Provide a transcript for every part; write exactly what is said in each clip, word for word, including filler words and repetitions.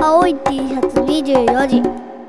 青い T シャツにじゅうよじ。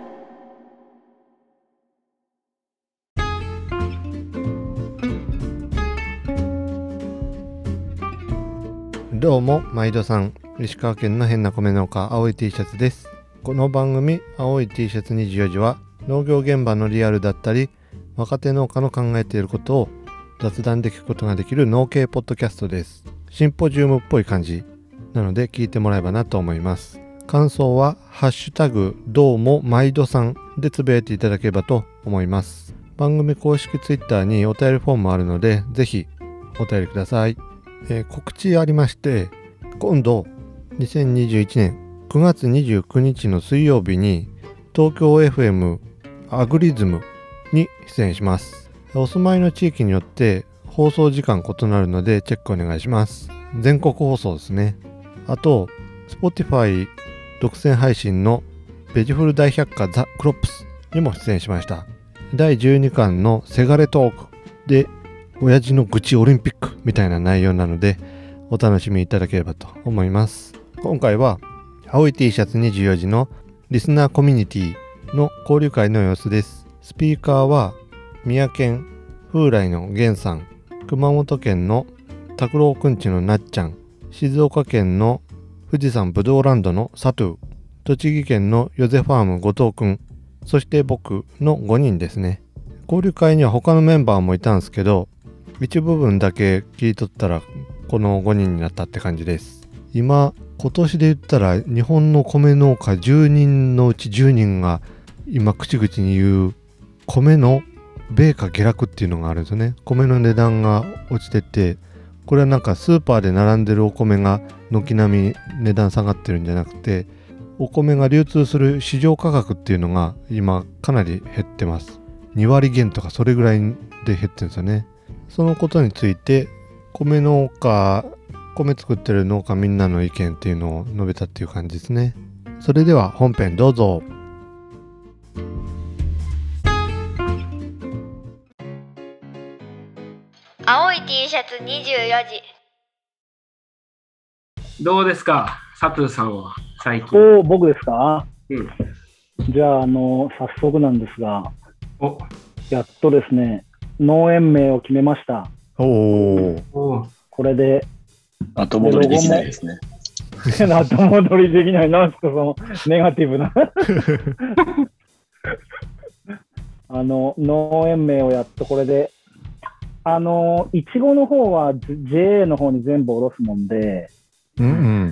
どうも毎度さん、石川県の変な米農家青い T シャツです。この番組青い T シャツにじゅうよじは農業現場のリアルだったり若手農家の考えていることを雑談で聞くことができる農系ポッドキャストです。シンポジウムっぽい感じなので聞いてもらえばなと思います。感想はハッシュタグどうも毎度さんでつぶやいていただければと思います。番組公式ツイッターにお便りフォームあるのでぜひお便りください。えー、告知ありまして、今度にせんにじゅういちねんくがつにじゅうくにちの水曜日に東京 エフエム アグリズムに出演します。お住まいの地域によって放送時間異なるのでチェックお願いします。全国放送ですね。あと Spotify 独占配信のベジフル大百科ザ・クロップスにも出演しました。だいじゅうにかんのせがれトークで親父の愚痴オリンピックみたいな内容なのでお楽しみいただければと思います。今回は青い T シャツにじゅうよじのリスナーコミュニティの交流会の様子です。スピーカーは三重県風来の源さん、熊本県の拓郎くんちのなっちゃん、静岡県の富士山ぶどうランドの佐藤、栃木県のヨゼファーム後藤くん、そして僕のごにんですね。交流会には他のメンバーもいたんですけど一部分だけ切り取ったらこのごにんになったって感じです。今今年で言ったら日本の米農家じゅうにんのうちじゅうにんが今口々に言う米の米価下落っていうのがあるんですよね。米の値段が落ちてて、これはなんかスーパーで並んでるお米が軒並み値段下がってるんじゃなくて、お米が流通する市場価格っていうのが今かなり減ってます。にわりげんとかそれぐらいで減ってるんですよね。そのことについて米農家米作ってる農家みんなの意見っていうのを述べたっていう感じですね。それでは本編どうぞ。 青い T シャツにじゅうよじ。どうですか佐藤さんは最近。 お僕ですか、 うん、 じゃあ、あの早速なんですが、 おやっとですね農園名を決めました。 おおこれで後戻りできないですね。 後戻りできない。なんですかそのネガティブなあの農園名をやっとこれで、あのいちごの方は ジェイエー の方に全部下ろすもんで、 うんうん、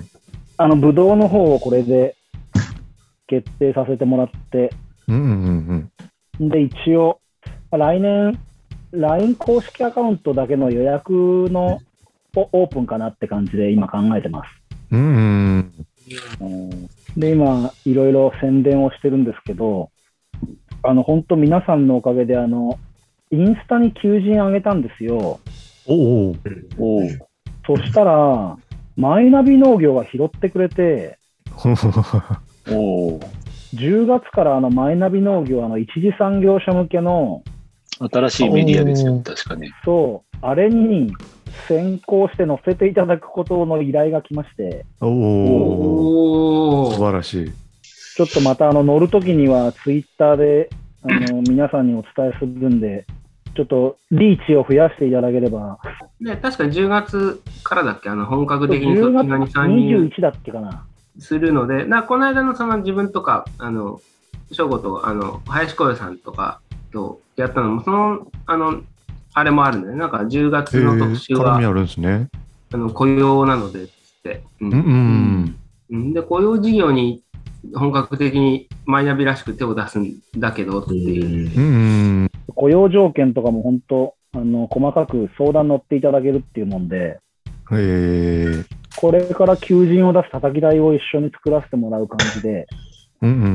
あのブドウの方をこれで決定させてもらって、 うんうんうん、で一応来年 ライン 公式アカウントだけの予約のオープンかなって感じで今考えてます。 うんうんうん、で今いろいろ宣伝をしてるんですけど、あの本当皆さんのおかげであのインスタに求人あげたんですよ。 おおおそしたらマイナビ農業が拾ってくれておじゅうがつからあのマイナビ農業あの一次産業者向けの新しいメディアですよ、確かに。 そう、あれに先行して載せていただくことの依頼が来まして。 おお、素晴らしい。 ちょっとまたあの乗るときにはツイッターであの皆さんにお伝えするんで、ちょっとリーチを増やしていただければ。 ね、確かにじゅうがつからだっけ、あの本格的にそっち側に参入にじゅういちだっけかな。 するので、なこの間のその自分とかあの翔吾とあの林小夜さんとかとやったのもそのあのあれもあるんだよね。なんかじゅうがつの特集は、 絡みあるんですね。 あの雇用なのでっつって、うんうんうん、で雇用事業に本格的にマイナビらしく手を出すんだけどっていう、 うんうん、 雇用条件とかも本当あの細かく相談乗っていただけるっていうもんで、 へー、 これから求人を出す叩き台を一緒に作らせてもらう感じで、 うんうんうん、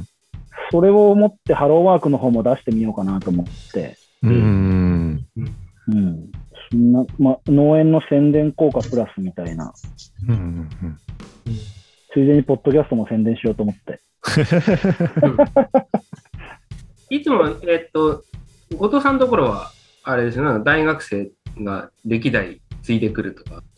それを持ってハローワークの方も出してみようかなと思って、 うんうんうん、そんな、ま、農園の宣伝効果プラスみたいな、 うんうんうん、 ついでにポッドキャストも宣伝しようと思って、 うん、いつもえー、っと後藤さんのところはあれですよね、大学生が歴代ついてくるとか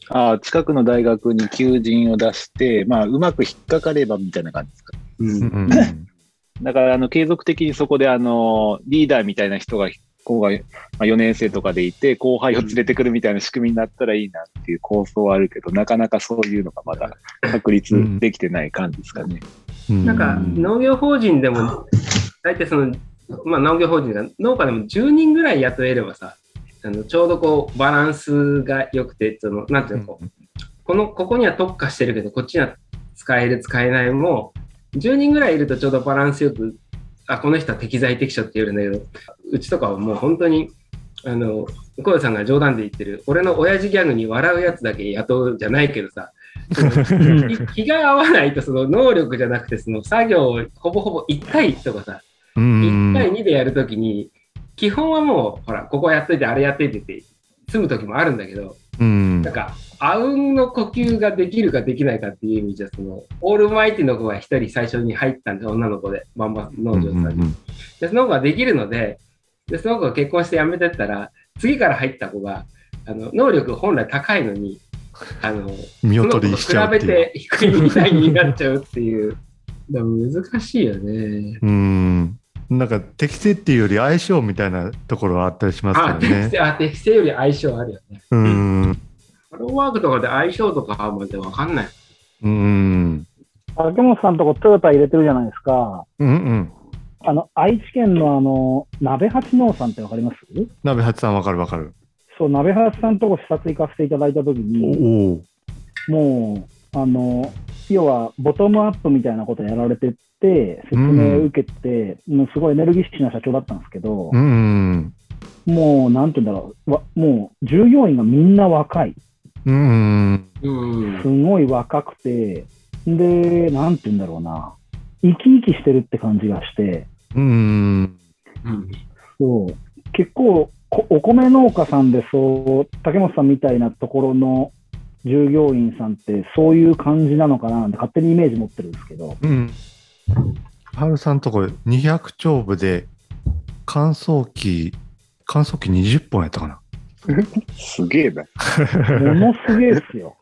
ああ、近くの大学に求人を出して、まあ、うまく引っかかればみたいな感じですか。 うんうんうんだから、あの、継続的にそこで、あの、リーダーみたいな人が、こうが、まあ、よねん生とかでいて、後輩を連れてくるみたいな仕組みになったらいいなっていう構想はあるけど、なかなかそういうのがまだ確立できてない感じですかね。 うんなんか農業法人でも、大体その、まあ農業法人が農家でもじゅうにんぐらい雇えればさ、あのちょうどこうバランスが良くて、その、なんていうの、こうこの、ここには特化してるけど、こっちには使える、使えないも、じゅうにんぐらいいるとちょうどバランスよく、あ、この人は適材適所って言うんだけど、うちとかはもう本当に、あの、小夜さんが冗談で言ってる、俺の親父ギャグに笑うやつだけ雇うじゃないけどさ、気気が合わないとその能力じゃなくて、その作業をほぼほぼいち対いちとかさ、 うんいち対にでやるときに、基本はもう、ほら、ここやっといて、あれやっといてって済むときもあるんだけど、 うんなんか、あうんの呼吸ができるかできないかっていう意味じゃ、その、オールマイティの子が一人最初に入ったんです、女の子で、バンバン農場さんに。で、その子ができるので、で、その子が結婚して辞めてったら、次から入った子が、あの、能力本来高いのに、あの、 見劣りしちゃうっていうその子と比べて低いみたいになっちゃうっていう。だから難しいよね。 うんなんか適正っていうより相性みたいなところはあったりしますあ、 よね適。正、あ、適正より相性あるよね。 うんハローワークとかで相性とかまでわかんない。 うん竹本さんとこトヨタ入れてるじゃないですか。 うんうんあの、愛知県のあの、鍋八農さんってわかります？ 鍋八さんわかるわかる。 そう、鍋八さんとこ視察行かせていただいたときに、 おおもう、あの、要は、ボトムアップみたいなことやられてて、説明を受けて、もうすごいエネルギッシュな社長だったんですけど、 うんもう、なんて言うんだろう、わもう、従業員がみんな若い。 うんうん。 すごい若くて、で、なんて言うんだろうな、生き生きしてるって感じがして、 うんうん。 そう結構こ、お米農家さんでそう、竹本さんみたいなところの従業員さんってそういう感じなのかなって勝手にイメージ持ってるんですけど、 うんハルさんとこにひゃく丁部で乾燥機乾燥機にじゅっぽんやったかな。 すげえな。 ものすげえっすよ。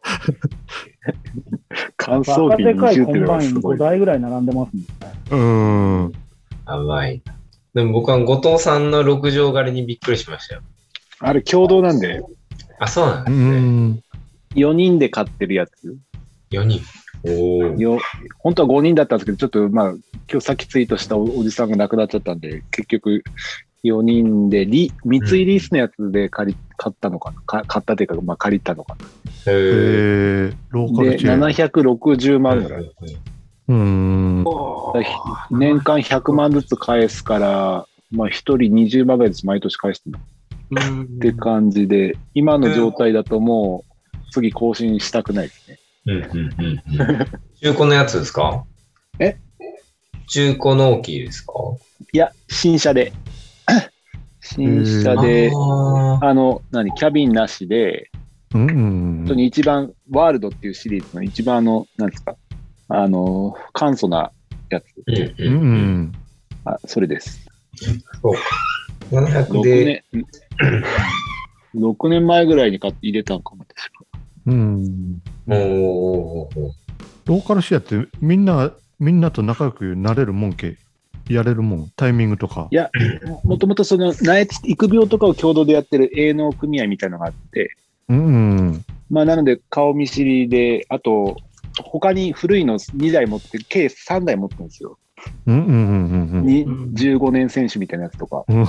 乾バ燥機にカでかいじゅうっていうのコンバインごがすごい。 だいぐらい並んでますね。 うんやばい。でも僕は後藤さんのろく畳狩りにびっくりしましたよ。 あれ共同なんで、 あ、そうなんうですね。 んよにんで買ってるやつ。 よにん。おお。 よ本当はごにんだったんですけど、ちょっとまあ、今日さっきツイートしたおおじさんが亡くなっちゃったんで、結局よにんでリ、三井リースのやつで借り、買ったのかなか買ったというか、まあ借りたのかへへえ。 えローカルな。で、 チェーンななひゃくろくじゅうまんぐらい。 うん年間ひゃくまんずつ返すから、まあ一人にじゅうまんぐらいずつ毎年返してるって感じで、今の状態だともう次更新したくないですね。 うんうんうんうん。中古のやつですか？ え中古納期ですか？ いや、新車で。新車で、 あーあの、何、キャビンなしで、 うん本当に一番、ワールドっていうシリーズの一番あの、なんですか、あの、簡素なやつ。 うんううんうん。 んあ、それです。 そうか。ななひゃく 6 で、 年、ろくねんまえぐらいに買って入れたのかも、確か。 うんおーおーおーおーローカルシェアってみんなみんなと仲良くなれるもんけやれるもんタイミングとか。 いや、もともとその、苗つ育苗とかを共同でやってる営農組合みたいなのがあって、 うんまあ、なので、顔見知りで、あと、他に古いのにだい持って、計さんだい持ってるんですよ。 うんうんうんうんにじゅうごねん選手みたいなやつとか。 うん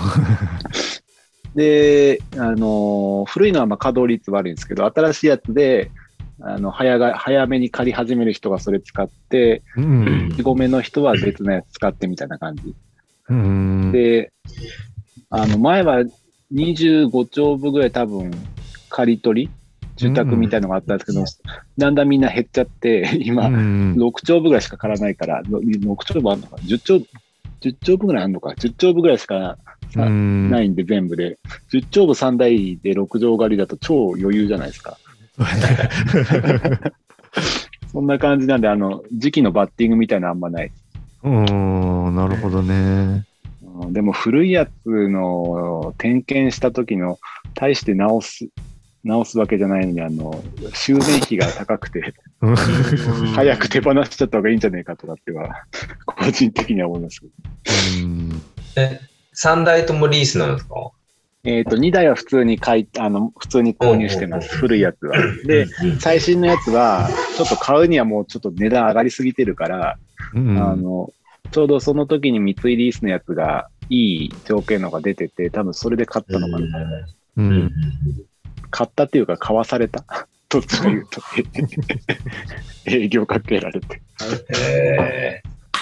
で、あのー古いのはまあ稼働率悪いんですけど、新しいやつで、あの早が早めに借り始める人がそれ使って、 うんよんごめの人は別のやつ使ってみたいな感じ。 うんで、あの前はにじゅうご丁部ぐらい多分借り取り、住宅みたいのがあったんですけど、だんだんみんな減っちゃって、今、 うんろく丁部ぐらいしか借らないから、ろく丁部あるのかな ?じゅう 丁、じゅう丁部ぐらいあるのか ?じゅう 丁部ぐらいしかうんないんで全部で、じゅう丁部さん台でろく畳狩りだと超余裕じゃないですか。そんな感じなんで、あの、時期のバッティングみたいなのあんまない。 うんなるほどね。 でも古いやつの点検した時の、対して直す、 直すわけじゃないのに、あの、修繕費が高くて、早く手放しちゃった方がいいんじゃないかとかっては、個人的には思いますけど。 うんえ、さんだいともリースなんですか？ えっと、にだいは普通に買い、あの、普通に購入してます。古いやつは。で、最新のやつは、ちょっと買うにはもうちょっと値段上がりすぎてるから、 うんあの、ちょうどその時に三井リースのやつがいい条件のが出てて、多分それで買ったのかな。 ううんん買ったっていうか買わされた。どっちか言うと。営業かけられて。 へ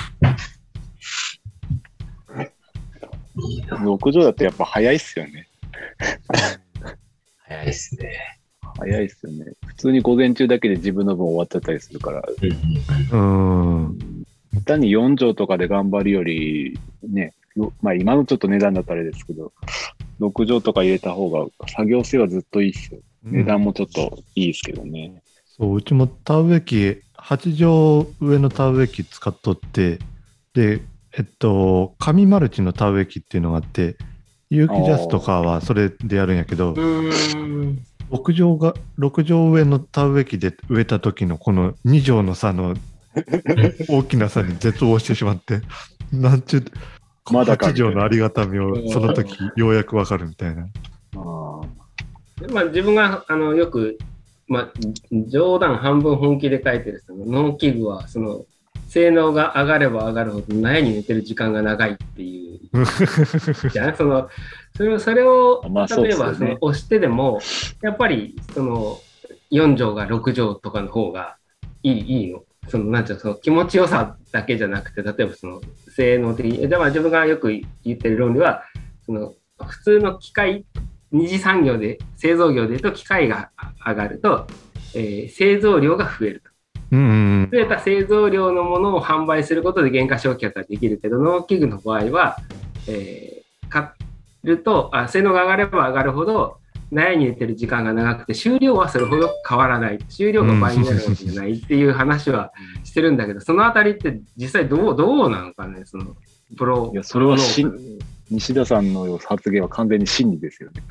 ろく畳だとやっぱ早いっすよね。 ー早いっすね。 早いっすよね。普通に午前中だけで自分の分終わってたりするから、 うん単によん畳とかで頑張るより、ね、よまあ今のちょっと値段だったらあれですけど、ろく畳とか入れた方が作業性はずっといいっすよ。値段もちょっといいですけどね。 そううちも田植え機はち畳上の田植え機使っとって、でえっと紙マルチの田植え機っていうのがあって、有機ジャスとかはそれでやるんやけど、ろく畳がろく畳上の田植え機で植えた時のこのに畳の差の大きな差に絶望してしまって、なんちゅうまだかはち畳のありがたみをその時ようやくわかるみたいな。 あーまあ、自分があのよく、まあ、冗談半分本気で書いてるその農機具はその性能が上がれば上がるほど苗に寝てる時間が長いっていうじゃあそのそれをそれをまあそうですよね例えばその押してでもやっぱりそのよん畳がろく畳とかの方がいいいいの。そのなんていうの、その気持ちよさだけじゃなくて、例えばその性能的に、でも自分がよく言ってる論理はその普通の機械二次産業で製造業でいうと機械が上がると、えー、製造量が増えると。 うんうん増えた製造量のものを販売することで原価償却ができるけど、農機具の場合は、えー、買るとあ性能が上がれば上がるほど苗に入れてる時間が長くて収量はそれほど変わらない、収量が倍になるわけじゃないっていう話はしてるんだけど、そのあたりって実際どうどうなのかね、そのプロ。 いや、それはし西田さんの発言は完全に真理ですよね。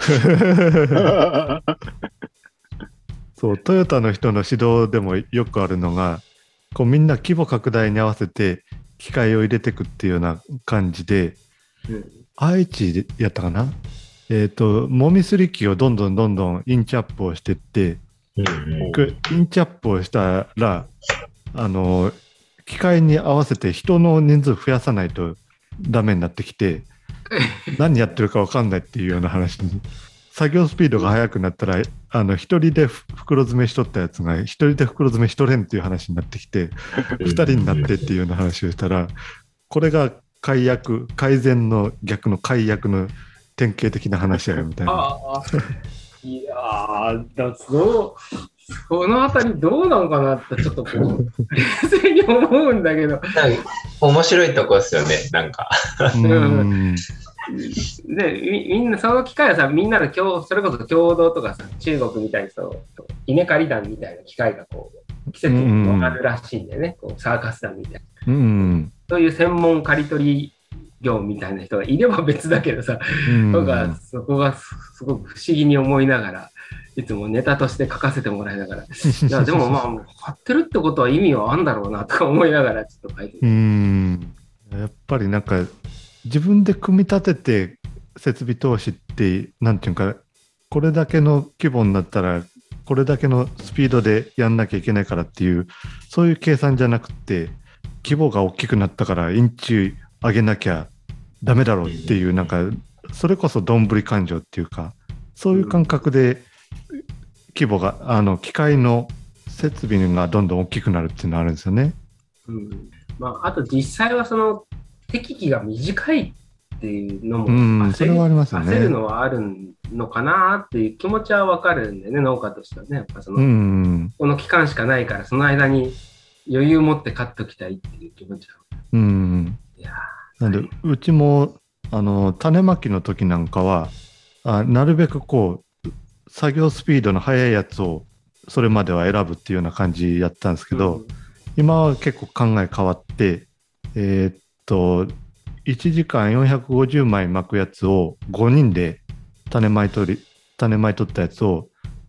そうトヨタの人の指導でもよくあるのが、こうみんな規模拡大に合わせて機械を入れていくっていうような感じで、 うん、 愛知でやったかな、えっともみすり機をどんどんどんどんインチアップをしてって、インチアップをしたらあの機械に合わせて人の人数増やさないとダメになってきて何やってるか分かんないっていうような話に、作業スピードが速くなったらあの一人で袋詰めしとったやつが一人で袋詰めしとれんっていう話になってきて二人になってっていうような話をしたら、これが改悪改善の逆の改悪の典型的な話やよみたいな。 ああいやーだそうそのあたりどうなのかなってちょっとこう冷静に思うんだけど、 なんか面白いとこですよね、なんか。 うんでみみんなその機械はさ、みんなの共それこそ共同とかさ、中国みたいにそう稲刈り団みたいな機械がこう季節にあるらしいんだよね、こうサーカス団みたいな、 うんそういう専門刈り取り業みたいな人がいれば別だけどさ、 うん僕はそこがすごく不思議に思いながら、いつもネタとして書かせてもらいながら、いやでもまあ買ってるってことは意味はあるんだろうなとか思いながらちょっと書いてる。 うんやっぱりなんか自分で組み立てて設備投資ってなんていうか、これだけの規模になったらこれだけのスピードでやんなきゃいけないからっていうそういう計算じゃなくて、規模が大きくなったからインチ上げなきゃダメだろうっていう、なんかそれこそどんぶり勘定っていうか、そういう感覚で規模があの機械の設備がどんどん大きくなるっていうのがあるんですよね。 うんまあ、あと実際はその適期が短いっていうのもうん焦それはありますよね。 焦るのはあるのかなっていう気持ちはわかるんでね、農家としてはね、やっぱその、 うんこの期間しかないからその間に余裕持って買っときたいっていう気持ちは。 うんいやなんでうちもあの種まきの時なんかはあなるべくこう作業スピードの速いやつをそれまでは選ぶっていうような感じやったんですけど、 うん今は結構考え変わって、えーっといちじかんよんひゃくごじゅうまい巻くやつをごにんで種まい取り種まい取ったやつを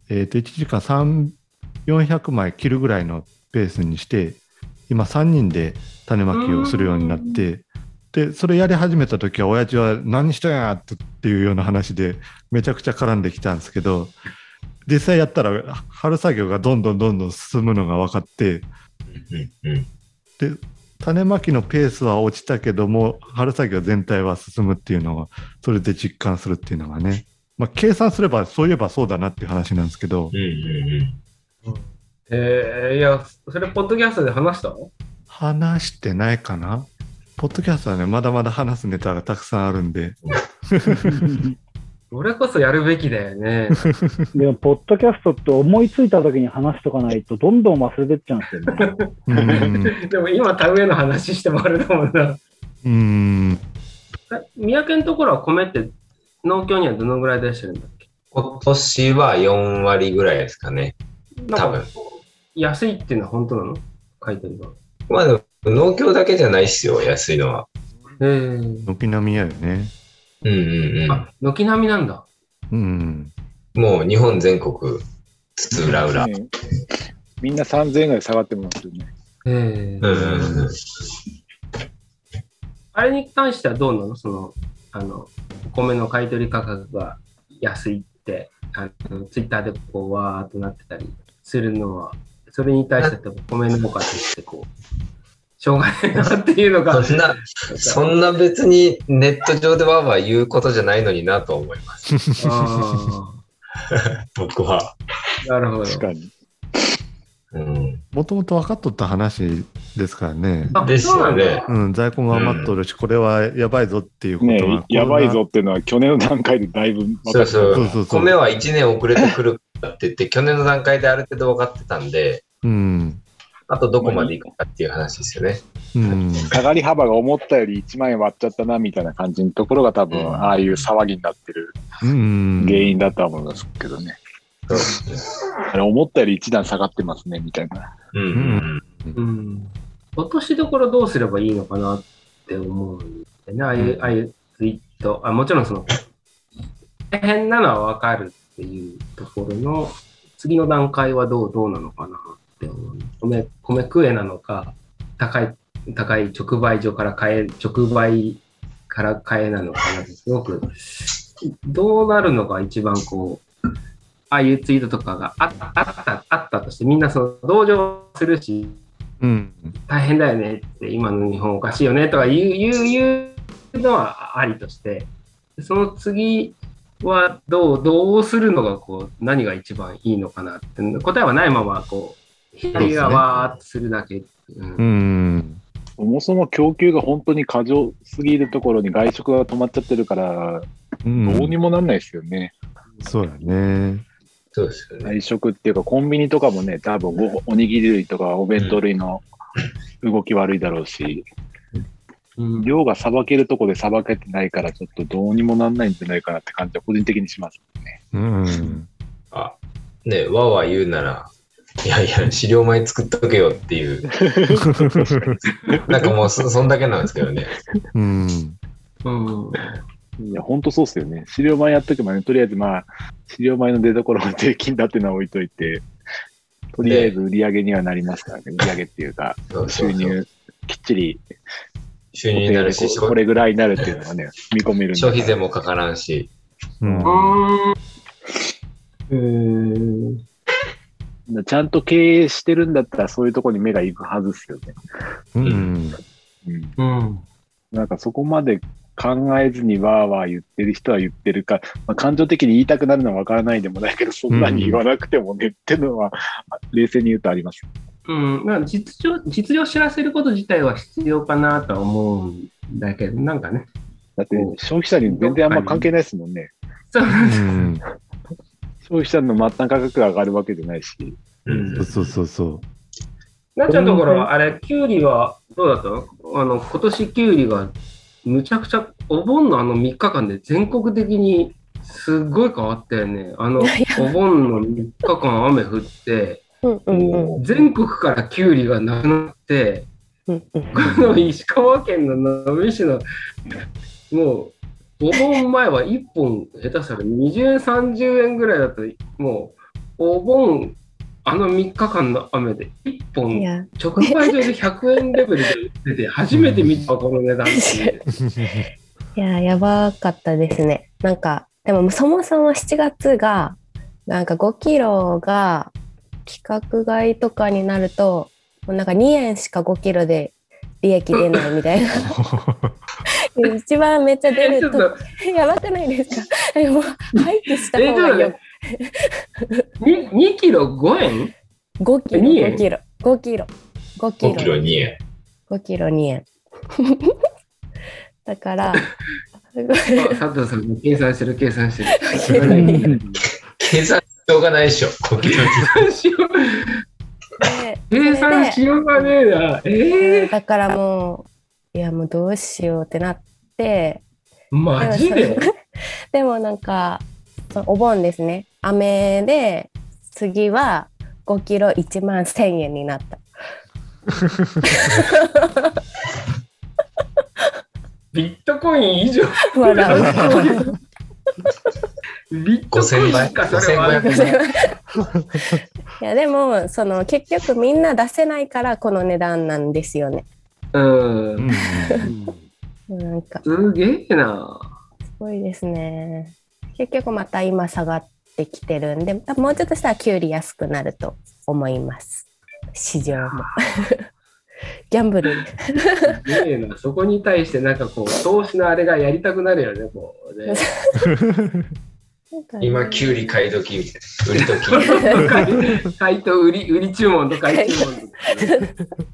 えー、といちじかんさんびゃく、よんひゃくまい切るぐらいのペースにして、今さんにんで種まきをするようになって、でそれやり始めた時は親父は何しとんやっていうような話でめちゃくちゃ絡んできたんですけど、実際やったら春作業がどんどんどんどん進むのが分かって、 うんうん、 で種まきのペースは落ちたけども春作業全体は進むっていうのをそれで実感するっていうのがね、まあ、計算すればそういえばそうだなっていう話なんですけど、 うんうんうんえー、いや、それ、ポッドキャストで話したの？ 話してないかな。ポッドキャストはね、まだまだ話すネタがたくさんあるんで。 それこそやるべきだよね。 でも、ポッドキャストって思いついた時に話しとかないと、どんどん忘れてっちゃうんですよね。 うんでも今、田植えの話してもあれだもんな。 うん三宅のところは米って農協にはどのぐらい出してるんだっけ？ 今年はよんわりぐらいですかね。多分。 安いっていうのは本当なの？買い取りは。 まあでも農協だけじゃないっすよ、安いのは。 えー、 軒並みやよね。 うんうんあ、軒並みなんだ。 うんうん。もう日本全国津々浦々。 ねみんなさんぜんえんぐらい下がってますよね。 えーうんうんうん。 あれに関してはどうなの？その、あの、お米の買い取り価格が安いって、あのツイッターでこう、わーっとなってたりするのは、それに対して米農家としてこう、しょうがないなっていうのが。 そんな、そんな別にネット上でわーわー言うことじゃないのになと思います。 あ僕は。 なるほど。 確かに。 もともと分かっとった話ですからね。 あですよね。 うん、在庫が余っとるし、これはやばいぞっていうことは、 ねやばいぞっていうのは去年の段階でだいぶ分かってた。 そうそうそうそう米はいちねん遅れてくるって言って、去年の段階である程度分かってたんで、 うんあとどこまでいくかっていう話ですよね。 うん下がり幅が思ったよりいちまんえん割っちゃったなみたいな感じのところが多分、ああいう騒ぎになってるうん原因だとは思いますけどね。 そうですね。 あれ思ったより一段下がってますねみたいな。 うんうんうん。落としどころどうすればいいのかなって思うんでね。ああいう、ああいうツイート、あ、もちろんその、大変なのはわかるっていうところの、次の段階はどう、どうなのかなって思う。米、米食えなのか、高い、高い直売所から買え、直売から買えなのかなって、すごく、どうなるのが一番こう、ああいうツイートとかがあった、あった、あったとして、みんなその同情するし、 うん大変だよねって、今の日本おかしいよねとか言う、言う、言うのはありとして、その次はどう、どうするのが、こう、何が一番いいのかなって、答えはないまま、こう、左がわーっとするだけ。うんうんそもそも供給が本当に過剰すぎるところに外食が止まっちゃってるから、 うんどうにもなんないですよね。 そうやね。 そうですよね。 外食っていうか、コンビニとかもね、多分おおにぎり類とかお弁当類の動き悪いだろうし、 うん量がさばけるとこでさばけてないから、ちょっとどうにもなんないんじゃないかなって感じは個人的にしますね。 うんあ、ね、わーわー言うなら、いやいや、飼料米作っとけよっていう、なんかもうそ、そんだけなんですけどね。 うんうんいや、本当そうっすよね。飼料米やっとけばね、とりあえずまあ、飼料米の出所が税金だっていうのは置いといて、とりあえず売り上げにはなりますからね、売り上げっていうか、 そうそうそう収入きっちり収入になるし、 ここれぐらいになるっていうのがね、見込めるんだ消費税もかからんし、 うんうーん。 ちゃんと経営してるんだったら、そういうところに目が行くはずですよね。 うんうん。 うん。 なんかそこまで考えずにわーわー言ってる人は言ってるか、まあ、感情的に言いたくなるのはわからないでもないけど、そんなに言わなくてもねっていうのは、冷静に言うとあります。 うん。まあ実情、実情を知らせること自体は必要かなとは思うんだけど、なんかね。 だって消費者に全然あんま関係ないですもんね。 そううん消費者の末端価格が上がるわけじゃないし。 うんそうそうそうなっちゃんのところは、あれ、キュウリはどうだったの？あの、今年キュウリがむちゃくちゃ、お盆のあのみっかかんで全国的にすっごい変わったよね。あの、お盆のみっかかん雨降って、 うんうんうん全国からキュウリがなくなって、 うんうんこの石川県の能美市の、もう、お盆前はいっぽん下手したらにじゅうえん、さんじゅうえんぐらいだと、もう、 お盆、あのみっかかんの雨でいっぽんいや、 直売所でひゃくえんレベルで売ってて、初めて見たこの値段っていう。 いや、やばかったですね。なんか、でもそもそもしちがつが、なんかごキロが規格外とかになると、もうなんかにえんしかごキロで利益出ないみたいな。一番めっちゃ出ると、やばくないですか？もう廃棄した方がよ。 ににキロごえん？ ごキロ、 にえんごキロ、ごキロ、ごキロ。 ごキロにえん。 ごキロにえん。だから、 佐藤さんも計算してる、計算してる。 計算しようがないでしょ、ごキロに。 計算しようがねえな。えー、 だからもう、いやもうどうしようってなって、 マジで？ でもなんか、お盆ですね。雨で、次はごキロいちまんせんえんになった。 ビットコイン以上。 笑う。 ビットコインか、それは。 いやでもその結局みんな出せないからこの値段なんですよね。 うん。 なんかすげえな。 すごいですね。結局また今下がってきてるんで、多分もうちょっとしたらキュウリ安くなると思います。市場も。ギャンブル。 すげえな。そこに対してなんかこう投資のあれがやりたくなるよね。こうね。 今、キュウリ買い時、売り時。 買いと売り、売り注文と買い注文とか、ね。